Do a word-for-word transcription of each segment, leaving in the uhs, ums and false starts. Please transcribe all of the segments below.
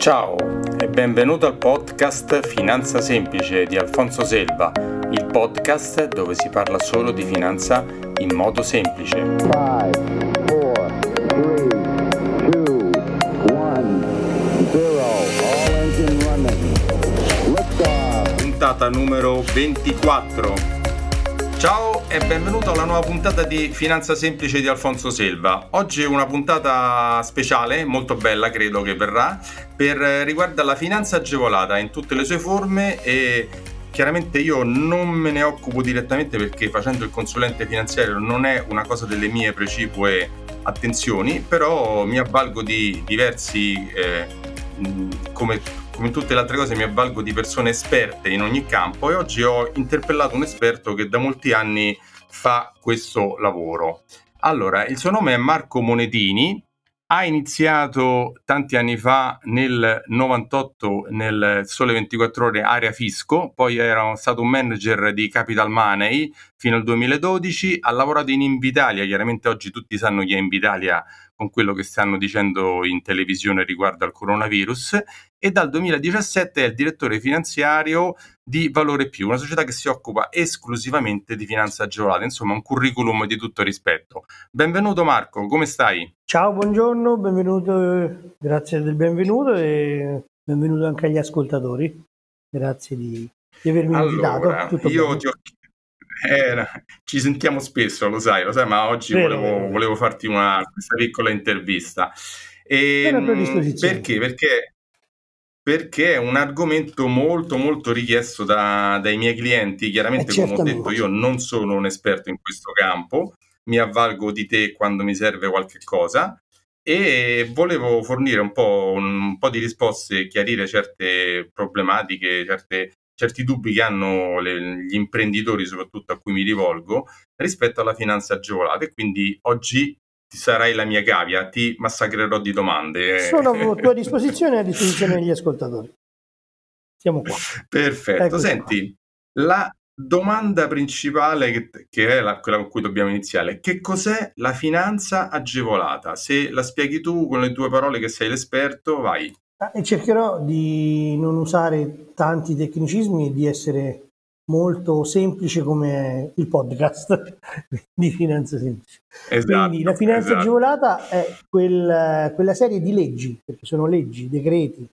Ciao e benvenuto al podcast Finanza Semplice di Alfonso Selva, il podcast dove si parla solo di finanza in modo semplice. five, four, three, two, one, zero. All engine running. Liftoff. Puntata numero ventiquattro. Ciao e benvenuto alla nuova puntata di Finanza Semplice di Alfonso Selva. Oggi è una puntata speciale, molto bella credo che verrà, per riguarda la finanza agevolata in tutte le sue forme e chiaramente io non me ne occupo direttamente perché facendo il consulente finanziario non è una cosa delle mie precipue attenzioni, però mi avvalgo di diversi, eh, come come tutte le altre cose mi avvalgo di persone esperte in ogni campo e oggi ho interpellato un esperto che da molti anni fa questo lavoro. Allora, il suo nome è Marco Monetini, ha iniziato tanti anni fa nel novantotto nel Sole ventiquattro Ore Area Fisco, poi era stato un manager di Capital Money fino al duemiladodici, ha lavorato in Invitalia, chiaramente oggi tutti sanno chi è Invitalia con quello che stanno dicendo in televisione riguardo al coronavirus, e dal duemiladiciassette è il direttore finanziario di Valore Più, una società che si occupa esclusivamente di finanza agevolata, insomma un curriculum di tutto rispetto. Benvenuto Marco, come stai? Ciao, buongiorno, benvenuto, grazie del benvenuto e benvenuto anche agli ascoltatori, grazie di, di avermi allora, invitato. Tutto io bene? ti ho... Eh, ci sentiamo spesso, lo sai, lo sai, ma oggi Vero, volevo, vero. volevo farti una, questa piccola intervista. E, Sono a tua disposizione. perché? Perché Perché è un argomento molto molto richiesto da, dai miei clienti. Chiaramente, Eh, come ho certamente. detto, io non sono un esperto in questo campo, mi avvalgo di te quando mi serve qualche cosa e volevo fornire un po', un po' di risposte, chiarire certe problematiche, certe, certi dubbi che hanno le- gli imprenditori, soprattutto a cui mi rivolgo, rispetto alla finanza agevolata. E quindi oggi ti sarai la mia cavia, ti massacrerò di domande. Sono a tua disposizione e a disposizione degli ascoltatori. Siamo qua. Perfetto, Eccoci senti, la domanda principale che, che è la, quella con cui dobbiamo iniziare, che cos'è la finanza agevolata? Se la spieghi tu con le tue parole che sei l'esperto, vai. qua. E cercherò di non usare tanti tecnicismi e di essere molto semplice come il podcast di Finanza Semplice. Esatto, Quindi la finanza esatto. agevolata è quel, quella serie di leggi, perché sono leggi, decreti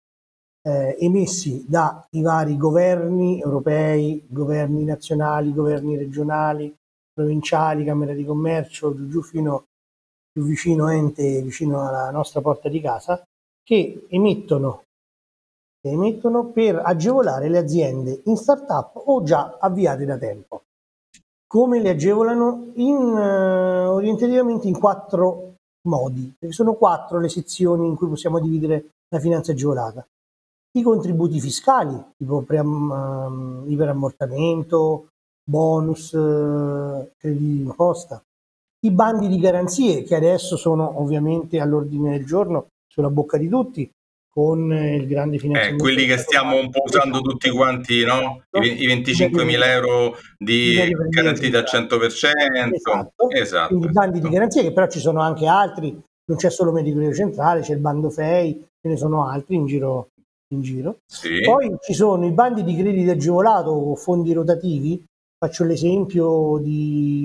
eh, emessi dai vari governi europei, governi nazionali, governi regionali, provinciali, Camera di Commercio, giù, giù fino più vicino ente, vicino alla nostra porta di casa, che emettono emettono per agevolare le aziende in startup o già avviate da tempo. Come le agevolano? In, uh, orientativamente in quattro modi, perché sono quattro le sezioni in cui possiamo dividere la finanza agevolata. I contributi fiscali, tipo pream, um, iperammortamento, bonus, uh, crediti d'imposta. I bandi di garanzie, che adesso sono ovviamente all'ordine del giorno, sulla bocca di tutti, con il grande Eh, finanziamento. quelli che stiamo un po' usando tutti quanti, no? I, ve- i venticinquemila euro di garantiti al cento per cento. Esatto, Esatto, quindi bandi di esatto. garanzia, che però ci sono anche altri, non c'è solo Medico Centrale, c'è il bando F E I, ce ne sono altri in giro. In giro. Sì. Poi ci sono i bandi di credito agevolato o fondi rotativi, faccio l'esempio di,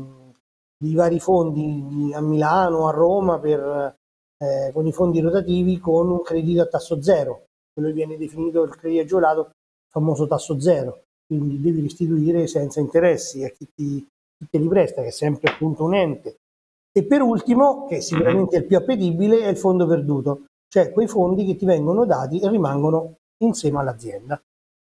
di vari fondi a Milano, a Roma, per, eh, con i fondi rotativi con un credito a tasso zero, quello che viene definito il credito agevolato, famoso tasso zero, quindi devi restituire senza interessi a chi ti, chi te li presta, che è sempre appunto un ente. E per ultimo, che sicuramente è il più appetibile, è il fondo perduto, cioè quei fondi che ti vengono dati e rimangono insieme all'azienda.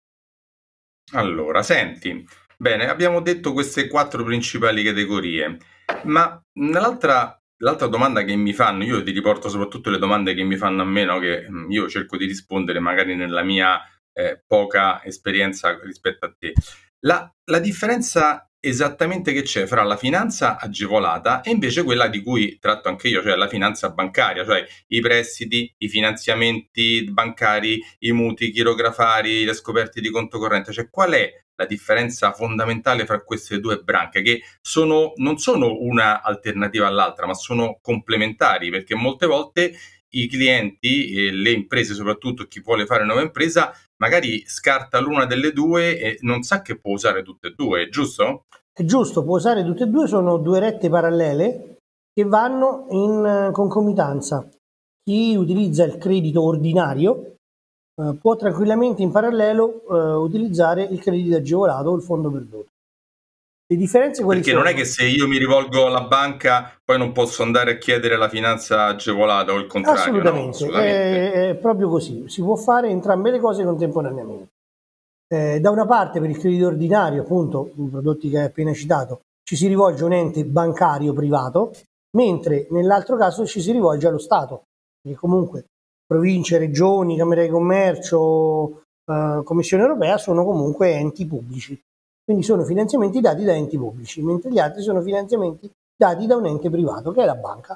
Allora, senti, bene, abbiamo detto queste quattro principali categorie, ma nell'altra l'altra domanda che mi fanno, io ti riporto soprattutto le domande che mi fanno a me, no, che mh, io cerco di rispondere magari nella mia eh, poca esperienza rispetto a te. La, la differenza esattamente che c'è fra la finanza agevolata e invece quella di cui tratto anche io, cioè la finanza bancaria, cioè i prestiti, i finanziamenti bancari, i mutui chirografari, le scoperte di conto corrente, cioè qual è la differenza fondamentale fra queste due branche che sono, non sono una alternativa all'altra, ma sono complementari, perché molte volte i clienti e le imprese, soprattutto chi vuole fare nuova impresa, magari scarta l'una delle due e non sa che può usare tutte e due, giusto? È giusto, può usare tutte e due, sono due rette parallele che vanno in concomitanza. Chi utilizza il credito ordinario eh, può tranquillamente in parallelo eh, utilizzare il credito agevolato o il fondo perduto. Le differenze quali Perché sono? non è che se io mi rivolgo alla banca poi non posso andare a chiedere la finanza agevolata o il contrario, no? Assolutamente, Assolutamente. è, è proprio così, si può fare entrambe le cose contemporaneamente. Eh, da una parte per il credito ordinario, appunto, i prodotti che hai appena citato, ci si rivolge a un ente bancario privato, mentre nell'altro caso ci si rivolge allo Stato, perché comunque province, regioni, Camera di Commercio, eh, Commissione Europea sono comunque enti pubblici, quindi sono finanziamenti dati da enti pubblici, mentre gli altri sono finanziamenti dati da un ente privato, che è la banca.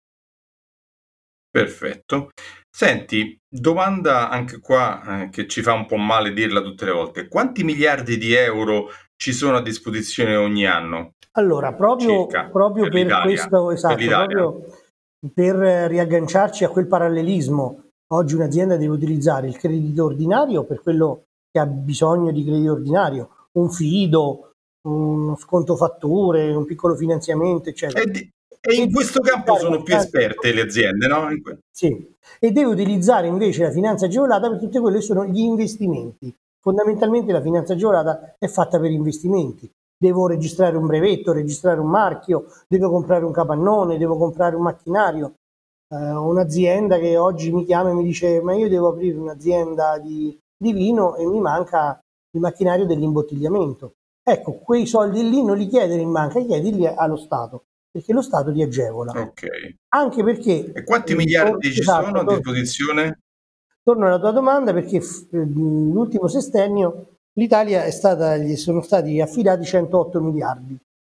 Perfetto. Senti, domanda anche qua eh, che ci fa un po' male dirla tutte le volte. Quanti miliardi di euro ci sono a disposizione ogni anno? Allora, proprio, Circa, proprio per per l'Italia. questo, Per esatto, l'Italia. proprio per riagganciarci a quel parallelismo, oggi un'azienda deve utilizzare il credito ordinario per quello che ha bisogno di credito ordinario, un fido, uno sconto fatture, un piccolo finanziamento, eccetera. E, di- e E in deve questo campo utilizzare la sono più finanza esperte le aziende, no? In que- sì, e deve utilizzare invece la finanza agevolata per tutte quelle che sono gli investimenti. Fondamentalmente la finanza agevolata è fatta per investimenti. Devo registrare un brevetto, registrare un marchio, devo comprare un capannone, devo comprare un macchinario. Eh, un'azienda che oggi mi chiama e mi dice ma io devo aprire un'azienda di, di vino e mi manca il macchinario dell'imbottigliamento. Ecco, quei soldi lì non li chiedere in banca, chiedili allo Stato, perché lo Stato ti agevola. Ok. Anche perché, E quanti eh, tor- miliardi ci sono esatto, a tor- disposizione? torno alla tua domanda perché f- eh, l'ultimo sestennio l'Italia è stata, gli sono stati affidati centootto miliardi.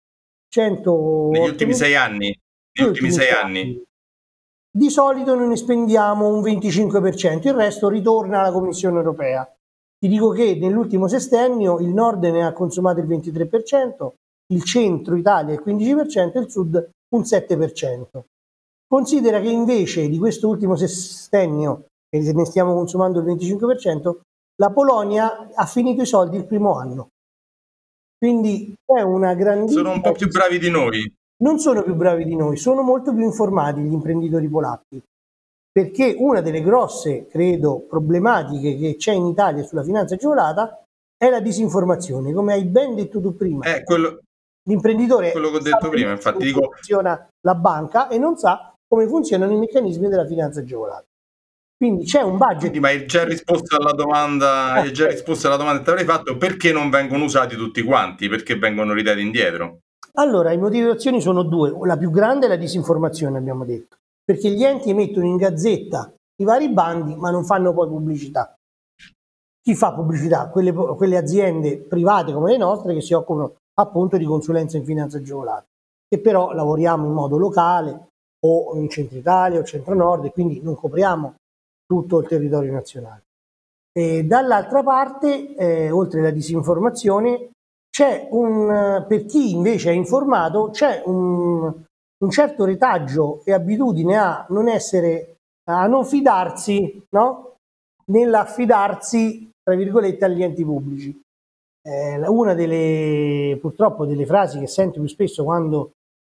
Negli centootto ultimi miliardi sei anni? Negli negli ultimi ultimi sei sei anni? anni. Di solito noi ne spendiamo un venticinque per cento, il resto ritorna alla Commissione Europea. Ti dico che nell'ultimo sestennio il nord ne ha consumato il ventitré per cento, il centro Italia il quindici per cento e il sud un sette per cento. Considera che invece di questo ultimo sestennio, che ne stiamo consumando il venticinque per cento, la Polonia ha finito i soldi il primo anno. Quindi è una Sono un grandissima... po' più bravi di noi. Non sono più bravi di noi, sono molto più informati gli imprenditori polacchi, perché una delle grosse, credo, problematiche che c'è in Italia sulla finanza agevolata è la disinformazione, come hai ben detto tu prima. È quello, L'imprenditore quello che ho sa detto prima, infatti benissimo come dico, funziona la banca e non sa come funzionano i meccanismi della finanza agevolata. Quindi c'è un budget. quindi ma hai già risposto alla domanda, Ah, hai già risposto alla domanda che ti avrei fatto, perché non vengono usati tutti quanti? Perché vengono ridati indietro? Allora, le motivazioni sono due. La più grande è la disinformazione, abbiamo detto, perché gli enti mettono in gazzetta i vari bandi, ma non fanno poi pubblicità. Chi fa pubblicità? Quelle, quelle aziende private come le nostre che si occupano appunto di consulenza in finanza agevolata, che però lavoriamo in modo locale o in centro Italia o centro nord e quindi non copriamo tutto il territorio nazionale. E dall'altra parte, eh, oltre alla disinformazione, c'è un, per chi invece è informato, c'è un, un certo retaggio e abitudine a non essere, a non fidarsi, no? Nell'affidarsi, tra virgolette, agli enti pubblici. Eh, una delle, purtroppo, delle frasi che sento più spesso quando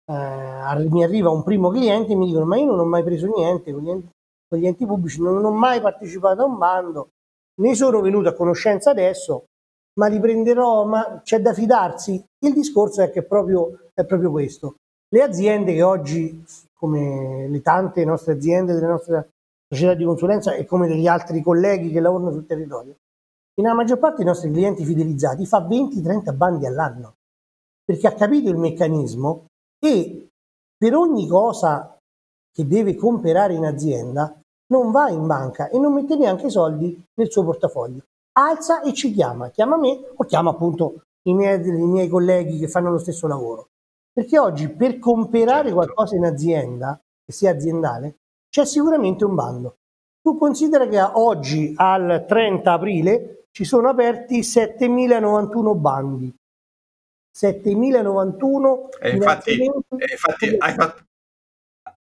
eh, mi arriva un primo cliente mi dicono ma io non ho mai preso niente con gli enti, con gli enti pubblici, non ho mai partecipato a un bando, ne sono venuto a conoscenza adesso, ma li prenderò, ma c'è da fidarsi? Il discorso è che è proprio, è proprio questo. Le aziende che oggi, come le tante nostre aziende delle nostre società di consulenza e come degli altri colleghi che lavorano sul territorio, nella maggior parte dei nostri clienti fidelizzati fa venti trenta bandi all'anno, perché ha capito il meccanismo e per ogni cosa che deve comprare in azienda non va in banca e non mette neanche i soldi nel suo portafoglio. Alza e ci chiama, chiama me o chiama appunto i miei, i miei colleghi che fanno lo stesso lavoro. Perché oggi per comprare Certo. qualcosa in azienda, che sia aziendale, c'è sicuramente un bando. Tu considera che oggi al trenta aprile ci sono aperti settemila novantuno bandi. settemila novantuno E infatti, finanziamenti. e infatti hai fatto,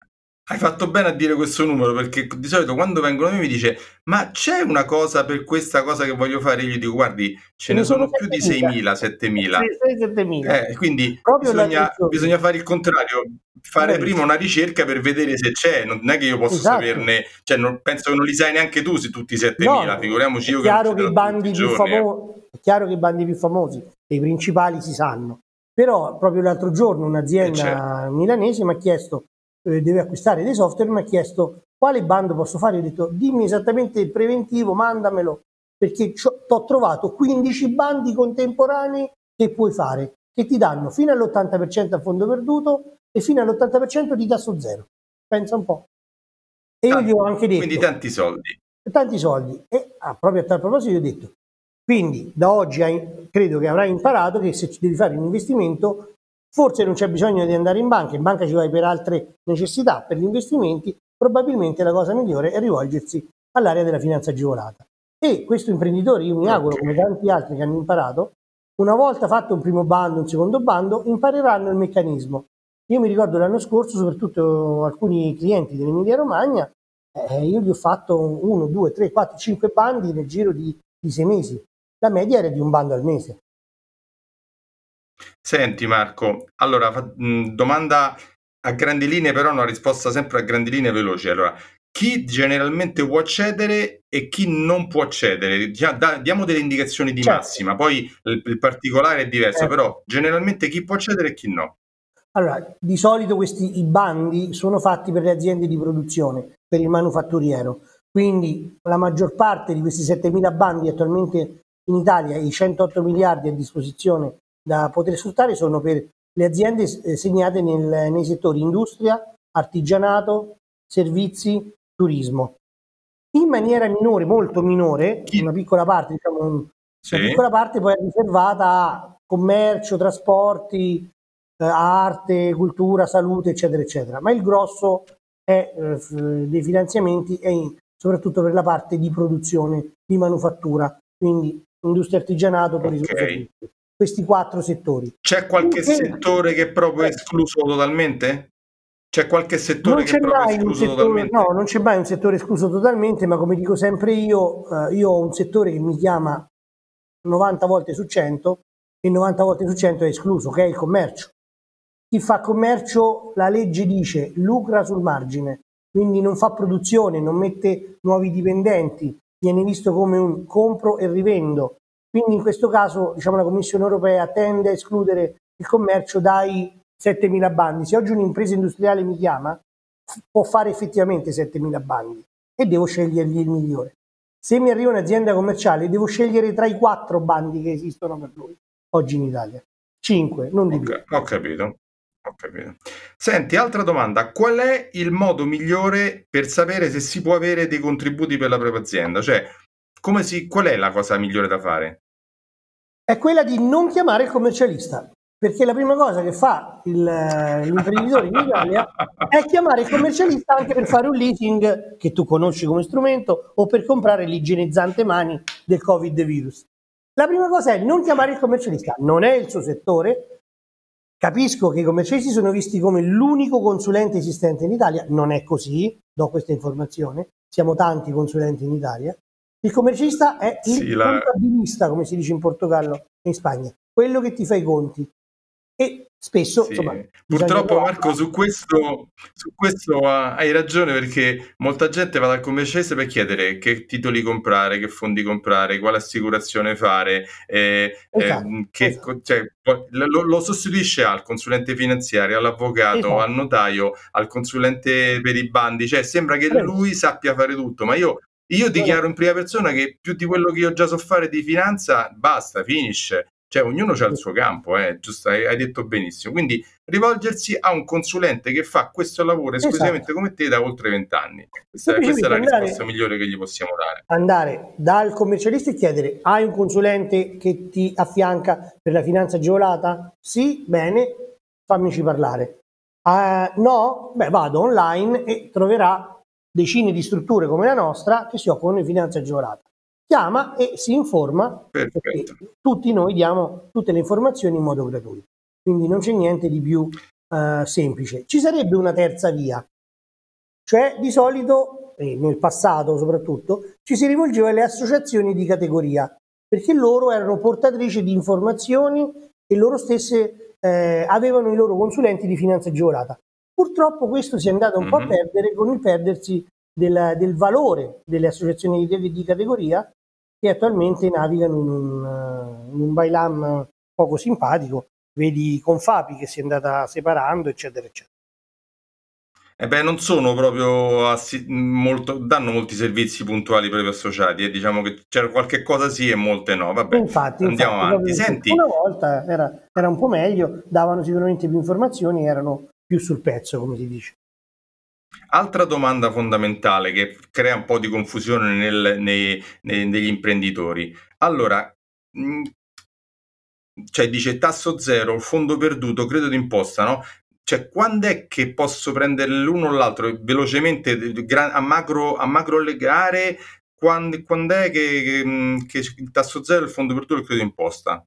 Hai fatto bene a dire questo numero, perché di solito quando vengono a me mi dice ma c'è una cosa per questa cosa che voglio fare? Io gli dico guardi, ce Ce ne ne sono sono più di settemila. seimila, settemila. settemila. Eh, quindi Proprio l'altro bisogna, giorno. bisogna fare il contrario, fare prima Bravissimo. una ricerca per vedere se c'è, non è che io posso Esatto. saperne, cioè non, penso che non li sai neanche tu se tutti i settemila, No, figuriamoci è io che non chiaro ci che i darò tutti i bandi più giorni. Eh. famo- è chiaro che i bandi più famosi e i principali si sanno. Però proprio l'altro giorno Eh, certo. un'azienda milanese mi ha chiesto, eh, deve acquistare dei software, mi ha chiesto quale bando posso fare. Io ho detto dimmi esattamente il preventivo, mandamelo, perché ti ho trovato quindici bandi contemporanei che puoi fare, che ti danno fino all'ottanta per cento a fondo perduto e fino all'ottanta per cento di tasso zero. Pensa un po'. E io gli ho anche Quindi detto, tanti soldi. tanti soldi. E ah, proprio a tal proposito gli ho detto, quindi da oggi hai, credo che avrai imparato che se ci devi fare un investimento, forse non c'è bisogno di andare in banca, in banca ci vai per altre necessità, per gli investimenti, probabilmente la cosa migliore è rivolgersi all'area della finanza agevolata. E questo imprenditore, io mi auguro, Ok. come tanti altri che hanno imparato, una volta fatto un primo bando, un secondo bando, impareranno il meccanismo. Io mi ricordo l'anno scorso, soprattutto alcuni clienti dell'Emilia Romagna, eh, io gli ho fatto uno, due, tre, quattro, cinque bandi nel giro di, di sei mesi. La media era di un bando al mese. Senti Marco, allora fa- mh, domanda a grandi linee, però una risposta sempre a grandi linee veloci. Allora, chi generalmente può accedere e chi non può accedere? Già, da- diamo delle indicazioni di Certo, massima, poi il, il particolare è diverso, certo. però generalmente chi può accedere e chi no. Allora, di solito questi i bandi sono fatti per le aziende di produzione, per il manufatturiero. Quindi la maggior parte di questi settemila bandi attualmente in Italia, i centootto miliardi a disposizione da poter sfruttare, sono per le aziende eh, segnate nel- nei settori industria, artigianato, servizi, turismo. In maniera minore, molto minore, Chi... una piccola parte, diciamo, un- una Sì, piccola parte poi è riservata a commercio, trasporti, eh, arte, cultura, salute, eccetera, eccetera. Ma il grosso è, eh, f- dei finanziamenti è in- soprattutto per la parte di produzione, di manufattura, quindi industria, artigianato, ok. turismo, servizi. Questi quattro settori. C'è qualche Finché- settore che è proprio escluso totalmente? C'è qualche settore Non che è c'è proprio mai un escluso settore, no, totalmente? non c'è mai un settore escluso totalmente, ma come dico sempre io, eh, io ho un settore che mi chiama novanta volte su cento e novanta volte su cento è escluso, che è il commercio. Chi fa commercio, la legge dice, lucra sul margine, quindi non fa produzione, non mette nuovi dipendenti, viene visto come un compro e rivendo. Quindi in questo caso, diciamo, la Commissione europea tende a escludere il commercio dai settemila bandi. Se oggi un'impresa industriale mi chiama, può fare effettivamente settemila bandi e devo scegliergli il migliore. Se mi arriva un'azienda commerciale, devo scegliere tra i quattro bandi che esistono per lui oggi in Italia. Cinque, non di più. Ok, ho capito. Ho capito. Senti, altra domanda. Qual è il modo migliore per sapere se si può avere dei contributi per la propria azienda? Cioè, come si, qual è la cosa migliore da fare? È quella di non chiamare il commercialista, perché la prima cosa che fa il, l'imprenditore in Italia è chiamare il commercialista anche per fare un leasing che tu conosci come strumento o per comprare l'igienizzante mani del Covid virus. La prima cosa è non chiamare il commercialista, non è il suo settore. Capisco che i commercialisti sono visti come l'unico consulente esistente in Italia, non è così, do questa informazione, siamo tanti consulenti in Italia. Il commercialista è Sì, il la, contabilista, come si dice in Portogallo e in Spagna, quello che ti fa i conti. E spesso, insomma, Sì, bisogna purtroppo Marco trovare. su questo, su questo ah, hai ragione perché molta gente va dal commercialista per chiedere che titoli comprare, che fondi comprare, quale assicurazione fare, eh, Esatto, eh, che, esatto, co- cioè, poi lo, lo sostituisce al consulente finanziario, all'avvocato, al esatto. notaio, al consulente per i bandi, cioè sembra che lui Bravissimo. sappia fare tutto, ma io, io Non è dichiaro in così. prima persona che più di quello che io già so fare di finanza, basta, finisce. Cioè, ognuno ha il suo campo, eh, giusto, hai, hai detto benissimo. Quindi rivolgersi a un consulente che fa questo lavoro Esatto. esclusivamente come te da oltre vent'anni. Questa, questa è Semplicemente la risposta andare migliore che gli possiamo dare. andare dal commercialista e chiedere: hai un consulente che ti affianca per la finanza agevolata? Sì, bene, fammici parlare. Uh, no? Beh, vado online e troverà decine di strutture come la nostra che si occupano di finanza agevolata. Chiama e si informa, perché Perfetto. tutti noi diamo tutte le informazioni in modo gratuito. Quindi non c'è niente di più uh, semplice. Ci sarebbe una terza via. Cioè di solito, eh, nel passato soprattutto, ci si rivolgeva alle associazioni di categoria, perché loro erano portatrici di informazioni e loro stesse eh, avevano i loro consulenti di finanza agevolata. Purtroppo questo si è andato un mm-hmm. po' a perdere con il perdersi del, del valore delle associazioni di, di categoria, che attualmente navigano in un, in un bailam poco simpatico. Vedi Confapi che si è andata separando, eccetera, eccetera. Eh beh, non sono proprio assi- molto, danno molti servizi puntuali proprio associati, e diciamo che c'era qualche cosa sì e molte no. Vabbè, infatti, andiamo infatti, avanti. Senti, una volta era, era un po' meglio, davano sicuramente più informazioni, erano più sul pezzo, come si dice. Altra domanda fondamentale che crea un po' di confusione nel, nei, nei, negli imprenditori. Allora, mh, cioè dice tasso zero, il fondo perduto, credito d'imposta, no? Cioè, quando è che posso prendere l'uno o l'altro velocemente a macro, a macro legare? Quando, quando è che, che, che il tasso zero, il fondo perduto e il credito d'imposta?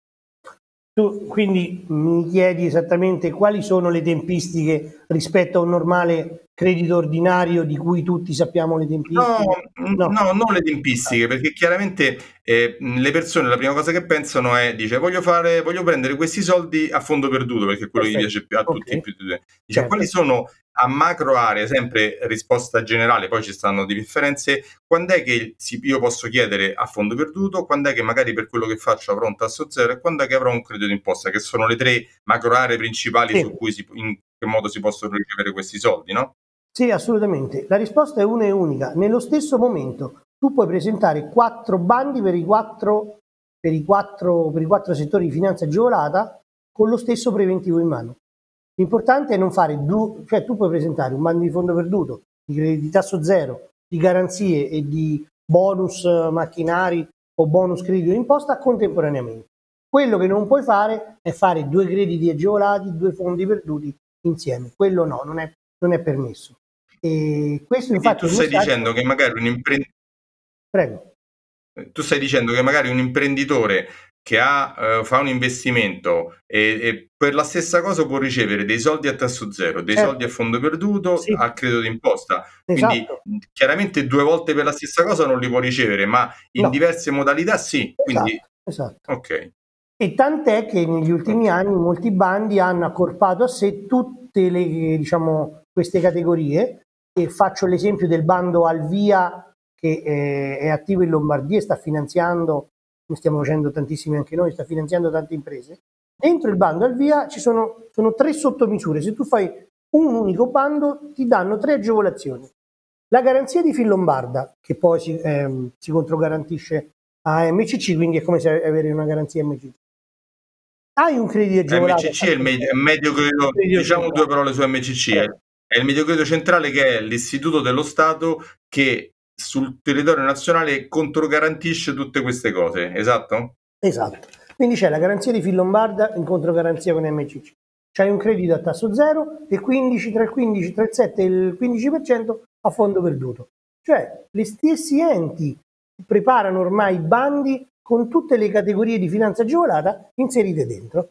Tu quindi mi chiedi esattamente quali sono le tempistiche rispetto a un normale credito ordinario di cui tutti sappiamo le tempistiche? No, no, no, non le tempistiche, perché chiaramente eh, le persone la prima cosa che pensano è, dice, voglio fare, voglio prendere questi soldi a fondo perduto, perché è quello che gli piace a tutti okay. più di due. Dice, Certo. Quali sono a macro area, sempre risposta generale, poi ci stanno di differenze, quando è che io posso chiedere a fondo perduto, quando è che magari per quello che faccio avrò un tasso zero e quando è che avrò un credito d'imposta, che sono le tre macro aree principali sì. su cui si, in che modo si possono ricevere questi soldi, no? Sì, assolutamente. La risposta è una e unica. Nello stesso momento tu puoi presentare quattro bandi per i quattro, per i quattro, per i quattro settori di finanza agevolata con lo stesso preventivo in mano. L'importante è non fare due, cioè tu puoi presentare un bando di fondo perduto, di, di tasso zero, di garanzie e di bonus macchinari o bonus credito d'imposta contemporaneamente. Quello che non puoi fare è fare due crediti agevolati, due fondi perduti insieme. Quello no, non è, non è permesso. E questo Quindi infatti tu stai dicendo che magari un imprenditore Prego. Tu stai dicendo che magari un imprenditore che ha, eh, fa un investimento e, e per la stessa cosa può ricevere dei soldi a tasso zero, dei Certo. soldi a fondo perduto, Sì. a credito d'imposta. Quindi Esatto. chiaramente due volte per la stessa cosa non li può ricevere, ma in No. diverse modalità sì. Quindi, esatto, esatto. ok. E tant'è che negli ultimi Okay. anni molti bandi hanno accorpato a sé tutte le, diciamo, queste categorie, e faccio l'esempio del bando Alvia che eh, è attivo in Lombardia e sta finanziando, ne stiamo facendo tantissimi anche noi, sta finanziando tante imprese. Dentro il bando Alvia ci sono, sono tre sottomisure. Se tu fai un unico bando ti danno tre agevolazioni. La garanzia di Finlombarda, che poi si, ehm, si controgarantisce a M C C, quindi è come se avere una garanzia M C C. Hai un credito agevolato? M C C è il medio, medio credito, diciamo centrale. Due parole su M C C, è, è il medio credito centrale, che è l'istituto dello Stato che sul territorio nazionale controgarantisce tutte queste cose, esatto? Esatto, quindi c'è la garanzia di Finlombarda in controgaranzia con M C C. C'hai un credito a tasso zero e quindici, tra il quindici, tra il sette e il quindici per cento a fondo perduto. Cioè, gli stessi enti preparano ormai bandi con tutte le categorie di finanza agevolata inserite dentro.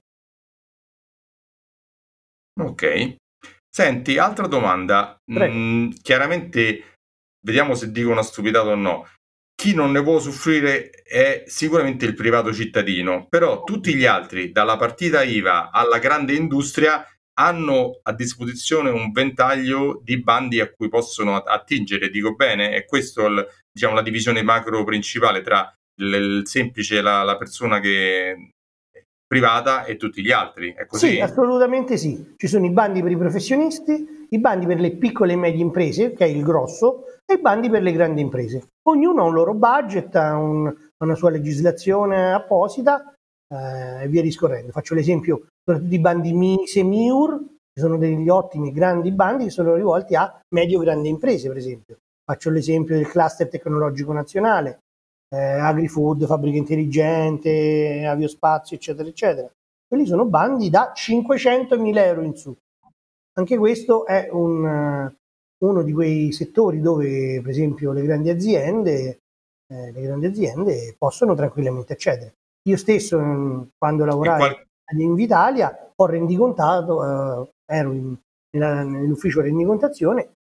Ok. Senti, altra domanda. Mm, chiaramente, vediamo se dico una stupidata o no. Chi non ne può usufruire è sicuramente il privato cittadino, però tutti gli altri, dalla partita I V A alla grande industria, hanno a disposizione un ventaglio di bandi a cui possono attingere, dico bene? E questo è, diciamo, la divisione macro principale tra il, il semplice, la, la persona che è privata e tutti gli altri, è così? Sì, assolutamente sì. Ci sono i bandi per i professionisti, i bandi per le piccole e medie imprese, che è il grosso, e i bandi per le grandi imprese. Ognuno ha un loro budget, ha un, una sua legislazione apposita eh, e via discorrendo. Faccio l'esempio, soprattutto i bandi Mise, Miur, che sono degli ottimi grandi bandi che sono rivolti a medio-grandi imprese, per esempio. Faccio l'esempio del cluster tecnologico nazionale, eh, agri-food, fabbrica intelligente, aviospazio, eccetera, eccetera. Quelli sono bandi da cinquecentomila euro in su. Anche questo è un, uno di quei settori dove, per esempio, le grandi aziende, eh, le grandi aziende possono tranquillamente accedere. Io stesso, quando lavorai qual- ad Invitalia, ho rendicontato, eh, ero in, nella, nell'ufficio rendicontazione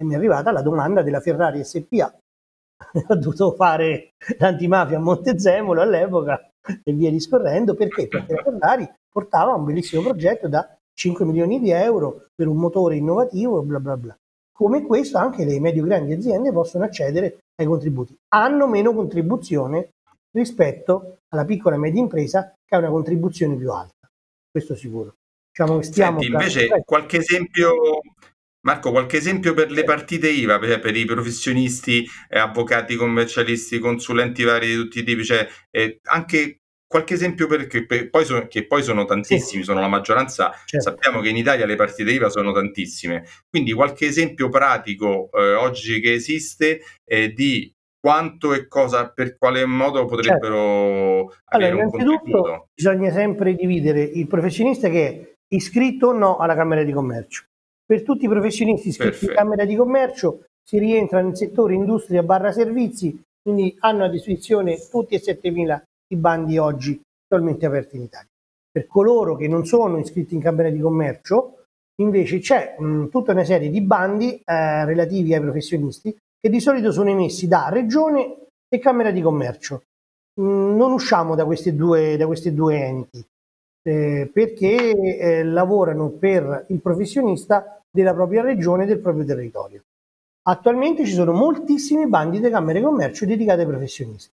e mi è arrivata la domanda della Ferrari S P A. Ho dovuto fare l'antimafia a Montezemolo all'epoca e via discorrendo. Perché? Perché la Ferrari portava un bellissimo progetto da cinque milioni di euro per un motore innovativo, bla bla bla. Come questo anche le medio-grandi aziende possono accedere ai contributi. Hanno meno contribuzione rispetto alla piccola e media impresa, che ha una contribuzione più alta, questo sicuro. Diciamo che stiamo Senti, invece tra... qualche esempio, Marco, qualche esempio per le partite I V A, per, per i professionisti, eh, avvocati, commercialisti, consulenti vari di tutti i tipi, cioè eh, anche qualche esempio perché per, poi sono, che poi sono tantissimi, Sì, sono la maggioranza, certo. sappiamo che in Italia le partite I V A sono tantissime, quindi qualche esempio pratico eh, oggi che esiste eh, di quanto e cosa, per quale modo potrebbero Certo. avere Allora, un innanzitutto contributo. bisogna sempre dividere il professionista che è iscritto o no alla Camera di Commercio. Per tutti i professionisti iscritti in Perfetto. Camera di Commercio si rientra nel settore industria barra servizi, quindi hanno a disposizione tutti e settemila i bandi oggi attualmente aperti in Italia. Per coloro che non sono iscritti in Camera di Commercio, invece c'è mh, tutta una serie di bandi eh, relativi ai professionisti che di solito sono emessi da Regione e Camera di Commercio. Mm, non usciamo da questi due, da questi due enti eh, perché eh, lavorano per il professionista della propria regione e del proprio territorio. Attualmente ci sono moltissimi bandi di Camere di Commercio dedicati ai professionisti.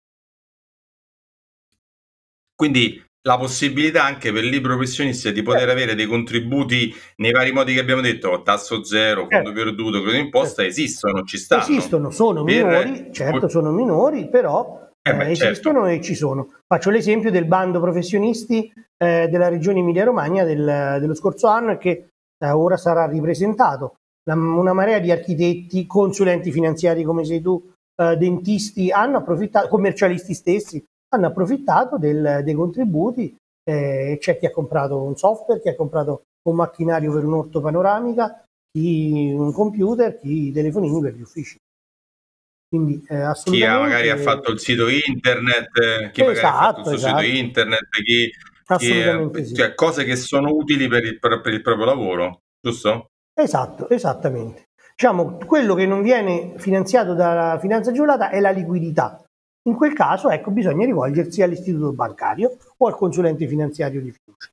Quindi la possibilità anche per i professionisti è di poter Certo. avere dei contributi nei vari modi che abbiamo detto, tasso zero, fondo Certo. perduto, credito d'imposta, Certo. esistono, ci stanno. Esistono, sono Per... minori, certo sono minori, però Eh beh, eh, esistono certo. e ci sono. Faccio l'esempio del bando professionisti eh, della regione Emilia-Romagna del, dello scorso anno e che eh, ora sarà ripresentato. La, una marea di architetti, consulenti finanziari come sei tu, eh, dentisti, hanno approfittato, commercialisti stessi, hanno approfittato del, dei contributi. Eh, c'è chi ha comprato un software, chi ha comprato un macchinario per un'ortopanoramica, chi un computer, chi i telefonini per gli uffici. Quindi eh, Chi ha, magari ha assolutamente fatto il sito internet, eh, chi magari ha fatto il esatto, suo sito esatto, internet, chi, chi è- assolutamente sì. cioè cose che sono utili per il, per il proprio lavoro, giusto? Esatto, esattamente. Diciamo, quello che non viene finanziato dalla finanza agevolata è la liquidità. In quel caso, ecco, bisogna rivolgersi all'istituto bancario o al consulente finanziario di fiducia.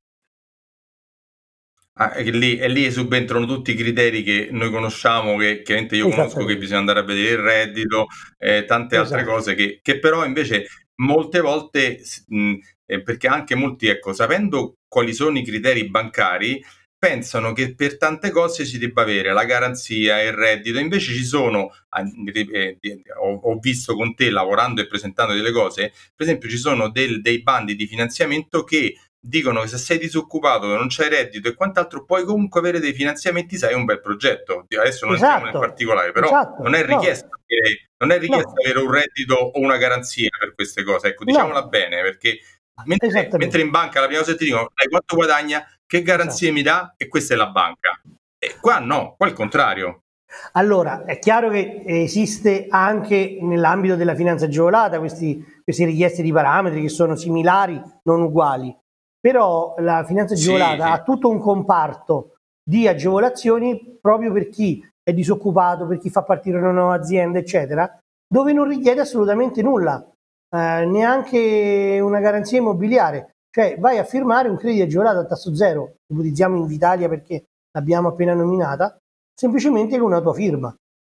Ah, e lì, e lì subentrano tutti i criteri che noi conosciamo, che chiaramente io conosco, che Esattamente. bisogna andare a vedere il reddito, eh, tante altre Esatto. cose che, che però invece molte volte, s- mh, eh, perché anche molti, ecco, sapendo quali sono i criteri bancari, pensano che per tante cose si debba avere la garanzia, il reddito, invece ci sono, ah, eh, eh, ho, ho visto con te lavorando e presentando delle cose, per esempio ci sono del- dei bandi di finanziamento che dicono che se sei disoccupato, non c'hai reddito e quant'altro, puoi comunque avere dei finanziamenti se hai un bel progetto. Adesso non entriamo nel Esatto, particolare, però non esatto. è No, richiesto avere, non è richiesto no, avere un reddito o una garanzia per queste cose. Ecco, diciamola no, bene, perché mentre, mentre esattamente. in banca la prima cosa che ti dicono, dai, quanto guadagna, che garanzie Esatto. mi dà? E questa è la banca. E qua no, qua è il contrario. Allora, è chiaro che esiste anche nell'ambito della finanza agevolata questi, queste richieste di parametri che sono similari, non uguali, però la finanza Sì, agevolata sì. ha tutto un comparto di agevolazioni proprio per chi è disoccupato, per chi fa partire una nuova azienda, eccetera, dove non richiede assolutamente nulla, eh, neanche una garanzia immobiliare. Cioè vai a firmare un credito agevolato a tasso zero, ipotizziamo Invitalia perché l'abbiamo appena nominata, semplicemente con una tua firma.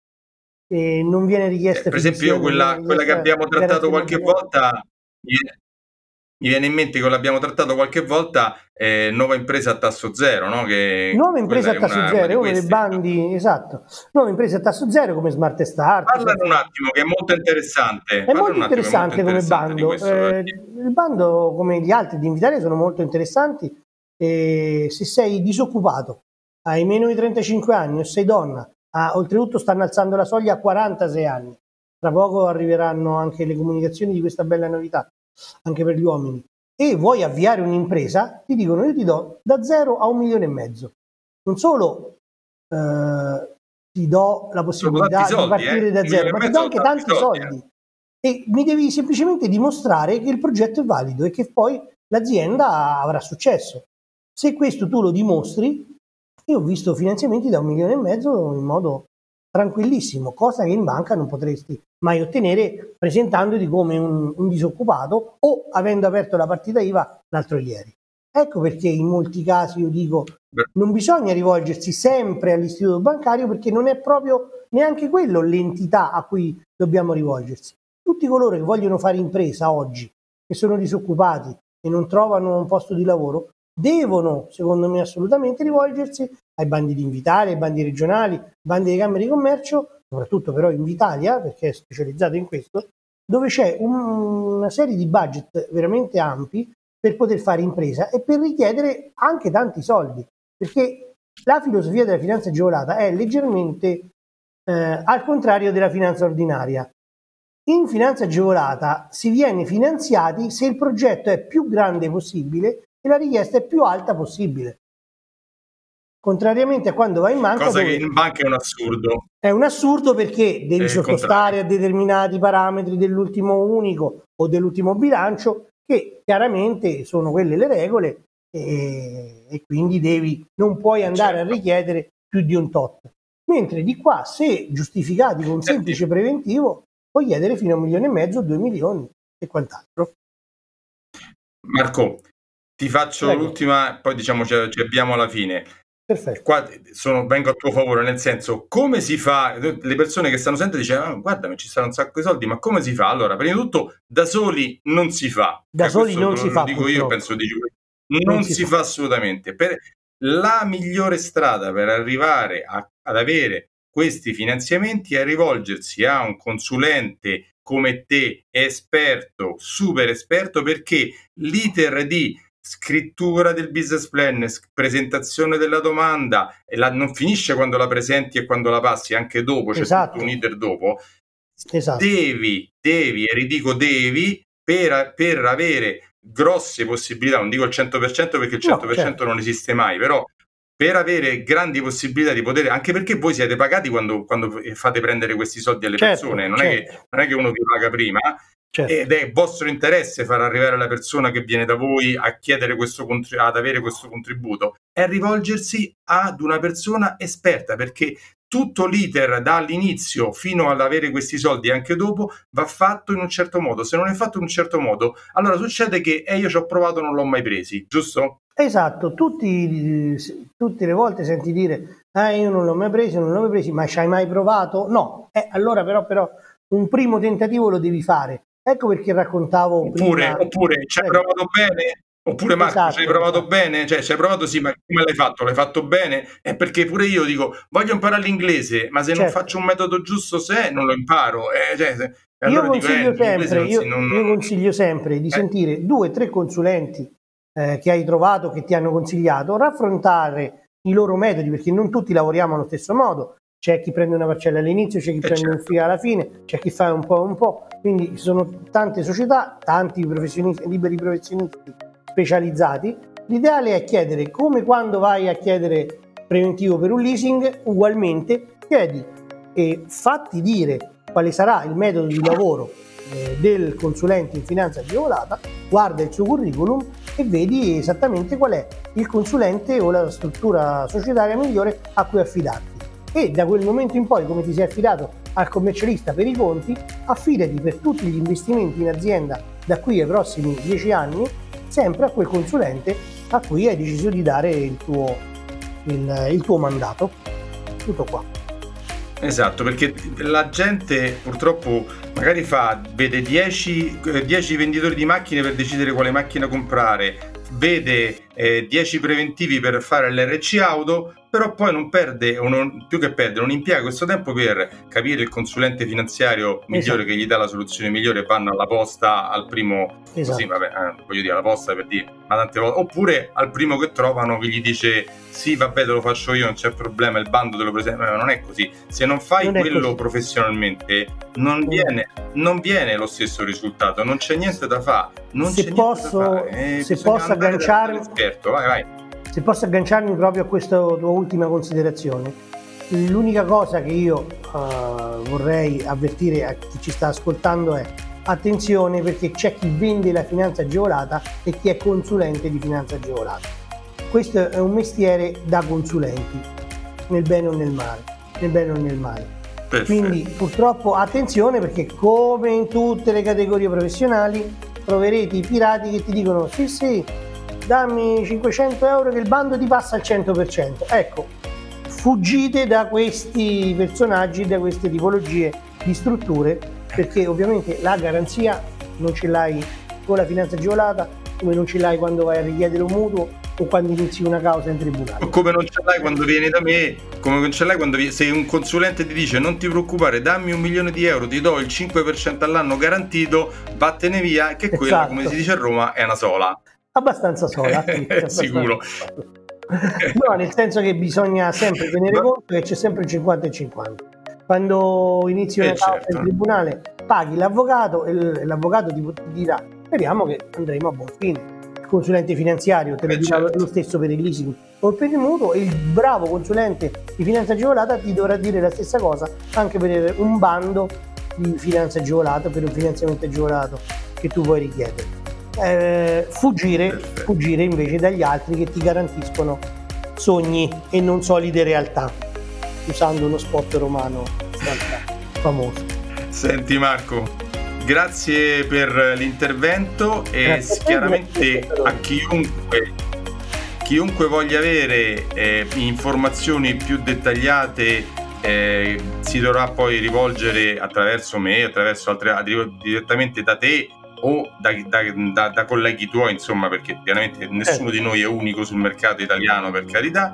E non viene Eh, richiesta per esempio fiducia, io non viene quella, quella che richiesta abbiamo trattato garanzia qualche immobiliare. volta, mi mi viene in mente che l'abbiamo trattato qualche volta, eh, nuova impresa a tasso zero, no? Che Nuova quella impresa a è tasso una, una zero di è uno dei queste. bandi, esatto. Nuova impresa a tasso zero come Smart Start. Parlane un Software. attimo, che è molto interessante. È molto Parlane un attimo, è molto interessante come interessante di bando. questo. Eh, Perché... il bando, come gli altri di Invitalia, sono molto interessanti. Eh, se sei disoccupato, hai meno di trentacinque anni o sei donna, ah, oltretutto stanno alzando la soglia a quarantasei anni. Tra poco arriveranno anche le comunicazioni di questa bella novità, anche per gli uomini. E vuoi avviare un'impresa, ti dicono io ti do da zero a un milione e mezzo. Non solo eh, ti do la Sono tanti possibilità di soldi, eh? partire da Un zero, milione e ma ti mezzo do sono anche tanti tanti soldi, eh? soldi e mi devi semplicemente dimostrare che il progetto è valido e che poi l'azienda avrà successo. Se questo tu lo dimostri, io ho visto finanziamenti da un milione e mezzo in modo tranquillissimo, cosa che in banca non potresti mai ottenere presentandoti come un, un disoccupato o avendo aperto la partita I V A l'altro ieri. Ecco perché in molti casi io dico non bisogna rivolgersi sempre all'istituto bancario, perché non è proprio neanche quello l'entità a cui dobbiamo rivolgersi. Tutti coloro che vogliono fare impresa oggi, che sono disoccupati e non trovano un posto di lavoro, devono, secondo me, assolutamente rivolgersi ai bandi di Invitalia, ai bandi regionali, ai bandi delle camere di commercio, soprattutto però Invitalia, perché è specializzato in questo, dove c'è un, una serie di budget veramente ampi per poter fare impresa e per richiedere anche tanti soldi, perché la filosofia della finanza agevolata è leggermente eh, al contrario della finanza ordinaria. In finanza agevolata si viene finanziati se il progetto è più grande possibile e la richiesta è più alta possibile. Contrariamente a quando vai in banca, cosa dove che in banca è un assurdo. È un assurdo perché devi sottostare a determinati parametri dell'ultimo unico o dell'ultimo bilancio, che chiaramente sono quelle le regole, e, e quindi devi, non puoi andare certo. a richiedere più di un tot. Mentre di qua, se giustificati con un semplice preventivo, puoi chiedere fino a un milione e mezzo, due milioni e quant'altro. Marco, ti faccio Prego. l'ultima, poi diciamo ci, ci abbiamo alla fine. Perfetto. Qua sono, vengo a tuo favore, nel senso, come si fa? Le persone che stanno sentendo dicono, ah, guarda, ma ci stanno un sacco di soldi, ma come si fa? Allora, prima di tutto, da soli non si fa. Da soli non lo, si lo fa. Dico io, penso di non, non si, si fa. fa assolutamente. Per la migliore strada per arrivare a, ad avere questi finanziamenti è rivolgersi a un consulente come te, esperto, super esperto, perché l'iter di scrittura del business plan, presentazione della domanda, e la, non finisce quando la presenti e quando la passi, anche dopo, c'è esatto. tutto un iter dopo. Esatto. Devi, devi, e ridico devi, per, per avere grosse possibilità, non dico il cento per cento perché il cento per cento no, certo. non esiste mai, però per avere grandi possibilità di poter, anche perché voi siete pagati quando, quando fate prendere questi soldi alle certo, persone, non, certo. è che, non è che uno vi paga prima, certo. ed è vostro interesse far arrivare la persona che viene da voi a chiedere questo ad avere questo contributo, è rivolgersi ad una persona esperta, perché tutto l'iter dall'inizio fino ad avere questi soldi anche dopo va fatto in un certo modo. Se non è fatto in un certo modo, allora succede che eh, io ci ho provato, non l'ho mai presi, giusto? Esatto, tutti, tutte le volte senti dire ah io non l'ho mai preso, non l'ho mai presi, ma ci hai mai provato? No, eh, allora però, però un primo tentativo lo devi fare. Ecco perché raccontavo oppure, prima... Oppure ci hai provato bene? Oppure Marco, esatto, ci hai provato esatto. bene? Cioè ci hai provato sì, ma come l'hai fatto? L'hai fatto bene? È perché pure io dico, voglio imparare l'inglese, ma se certo. non faccio un metodo giusto, se non lo imparo. Eh, cioè, se, allora io, consiglio dico, eh, sempre, io, si, non, io consiglio sempre di eh. sentire due o tre consulenti eh, che hai trovato, che ti hanno consigliato, raffrontare i loro metodi, perché non tutti lavoriamo allo stesso modo. C'è chi prende una parcella all'inizio, c'è chi eh prende certo. un figa alla fine, c'è chi fa un po' un po'. Quindi ci sono tante società, tanti professionisti, liberi professionisti specializzati. L'ideale è chiedere, come quando vai a chiedere preventivo per un leasing, ugualmente chiedi e fatti dire quale sarà il metodo di lavoro eh, del consulente in finanza agevolata, guarda il suo curriculum e vedi esattamente qual è il consulente o la struttura societaria migliore a cui affidarti. E da quel momento in poi, come ti sei affidato al commercialista per i conti, affidati per tutti gli investimenti in azienda da qui ai prossimi dieci anni sempre a quel consulente a cui hai deciso di dare il tuo, il, il tuo mandato. Tutto qua. Esatto, perché la gente purtroppo magari fa, vede dieci venditori di macchine per decidere quale macchina comprare, vede eh, dieci preventivi per fare l'R C auto, però poi non perde, o non, più che perde, non impiega questo tempo per capire il consulente finanziario migliore, esatto. che gli dà la soluzione migliore, vanno alla posta al primo, esatto. così vabbè, eh, voglio dire alla posta per dire, ma tante volte, oppure al primo che trovano che gli dice sì vabbè te lo faccio io, non c'è problema, il bando te lo presento, ma non è così, se non fai non quello professionalmente non viene, non viene lo stesso risultato, non c'è niente da fare, non se c'è posso, niente da fare, eh, se posso agganciarmi esperto, vai vai. Se posso agganciarmi proprio a questa tua ultima considerazione, l'unica cosa che io uh, vorrei avvertire a chi ci sta ascoltando è attenzione, perché c'è chi vende la finanza agevolata e chi è consulente di finanza agevolata. Questo è un mestiere da consulenti, nel bene o nel male, nel bene o nel male. Perfetto. Quindi purtroppo attenzione, perché come in tutte le categorie professionali troverete i pirati che ti dicono sì sì, dammi cinquecento euro che il bando ti passa al cento per cento. Ecco, fuggite da questi personaggi, da queste tipologie di strutture, perché ovviamente la garanzia non ce l'hai con la finanza agevolata, come non ce l'hai quando vai a richiedere un mutuo o quando inizi una causa in tribunale. Come non ce l'hai quando vieni da me, come non ce l'hai quando vi- se un consulente ti dice non ti preoccupare, dammi un milione di euro, ti do il cinque per cento all'anno garantito, vattene via, che quella, Esatto. come si dice a Roma, è una sola. Abbastanza sola, sì, abbastanza Sicuro. sola. No, nel senso che bisogna sempre tenere conto che c'è sempre il cinquanta e cinquanta. Quando inizi una Eh, causa certo. in tribunale paghi l'avvocato e l- l'avvocato ti ti dirà speriamo che andremo a buon fine. Il consulente finanziario te lo Eh, dirà certo. lo stesso per il leasing o per il mutuo, e il bravo consulente di finanza agevolata ti dovrà dire la stessa cosa anche per un bando di finanza agevolata, per un finanziamento agevolato che tu vuoi richiedere. Eh, fuggire, Perfetto. fuggire invece dagli altri che ti garantiscono sogni e non solide realtà, usando uno spot romano famoso. Senti Marco, grazie per l'intervento e Grazie a te, chiaramente grazie a a chiunque, chiunque voglia avere eh, informazioni più dettagliate eh, si dovrà poi rivolgere attraverso me, attraverso altre, direttamente da te o da, da, da, da colleghi tuoi, insomma, perché chiaramente nessuno di noi è unico sul mercato italiano, per carità.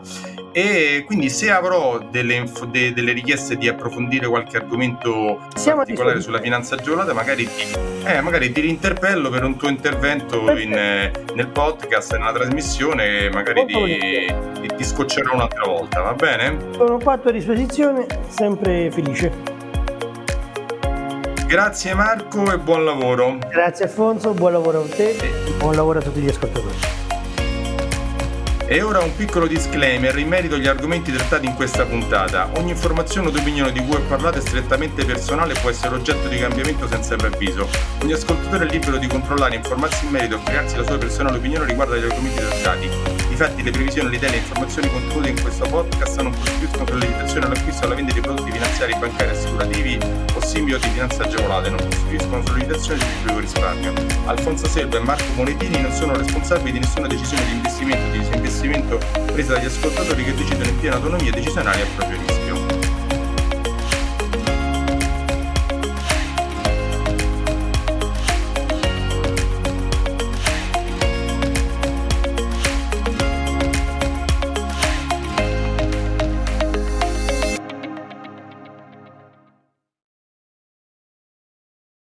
E quindi se avrò delle, info, de, delle richieste di approfondire qualche argomento Siamo particolare sulla finanza agevolata, magari ti, eh, magari ti rinterpello per un tuo intervento in, eh, nel podcast, nella trasmissione, magari ti, ti, ti scoccerò un'altra volta, va bene? Sono qua a tua disposizione, sempre felice. Grazie Marco e buon lavoro. Grazie Alfonso, buon lavoro a te e buon lavoro a tutti gli ascoltatori. E ora un piccolo disclaimer in merito agli argomenti trattati in questa puntata. Ogni informazione o opinione di cui ho parlato è strettamente personale e può essere oggetto di cambiamento senza preavviso. Ogni ascoltatore è libero di controllare, informarsi in merito e crearsi la sua personale opinione riguardo agli argomenti trattati. Difatti, le previsioni, le idee e le informazioni contenute in questo podcast non costituiscono sollecitazione all'acquisto o alla vendita di prodotti finanziari, bancari, assicurativi o simbiosi di finanza agevolate, non costituiscono sollecitazione di pubblico risparmio. Alfonso Selva e Marco Monetini non sono responsabili di nessuna decisione di investimento o di disinvestimento presa dagli ascoltatori che decidono in piena autonomia decisionale a proprio rischio.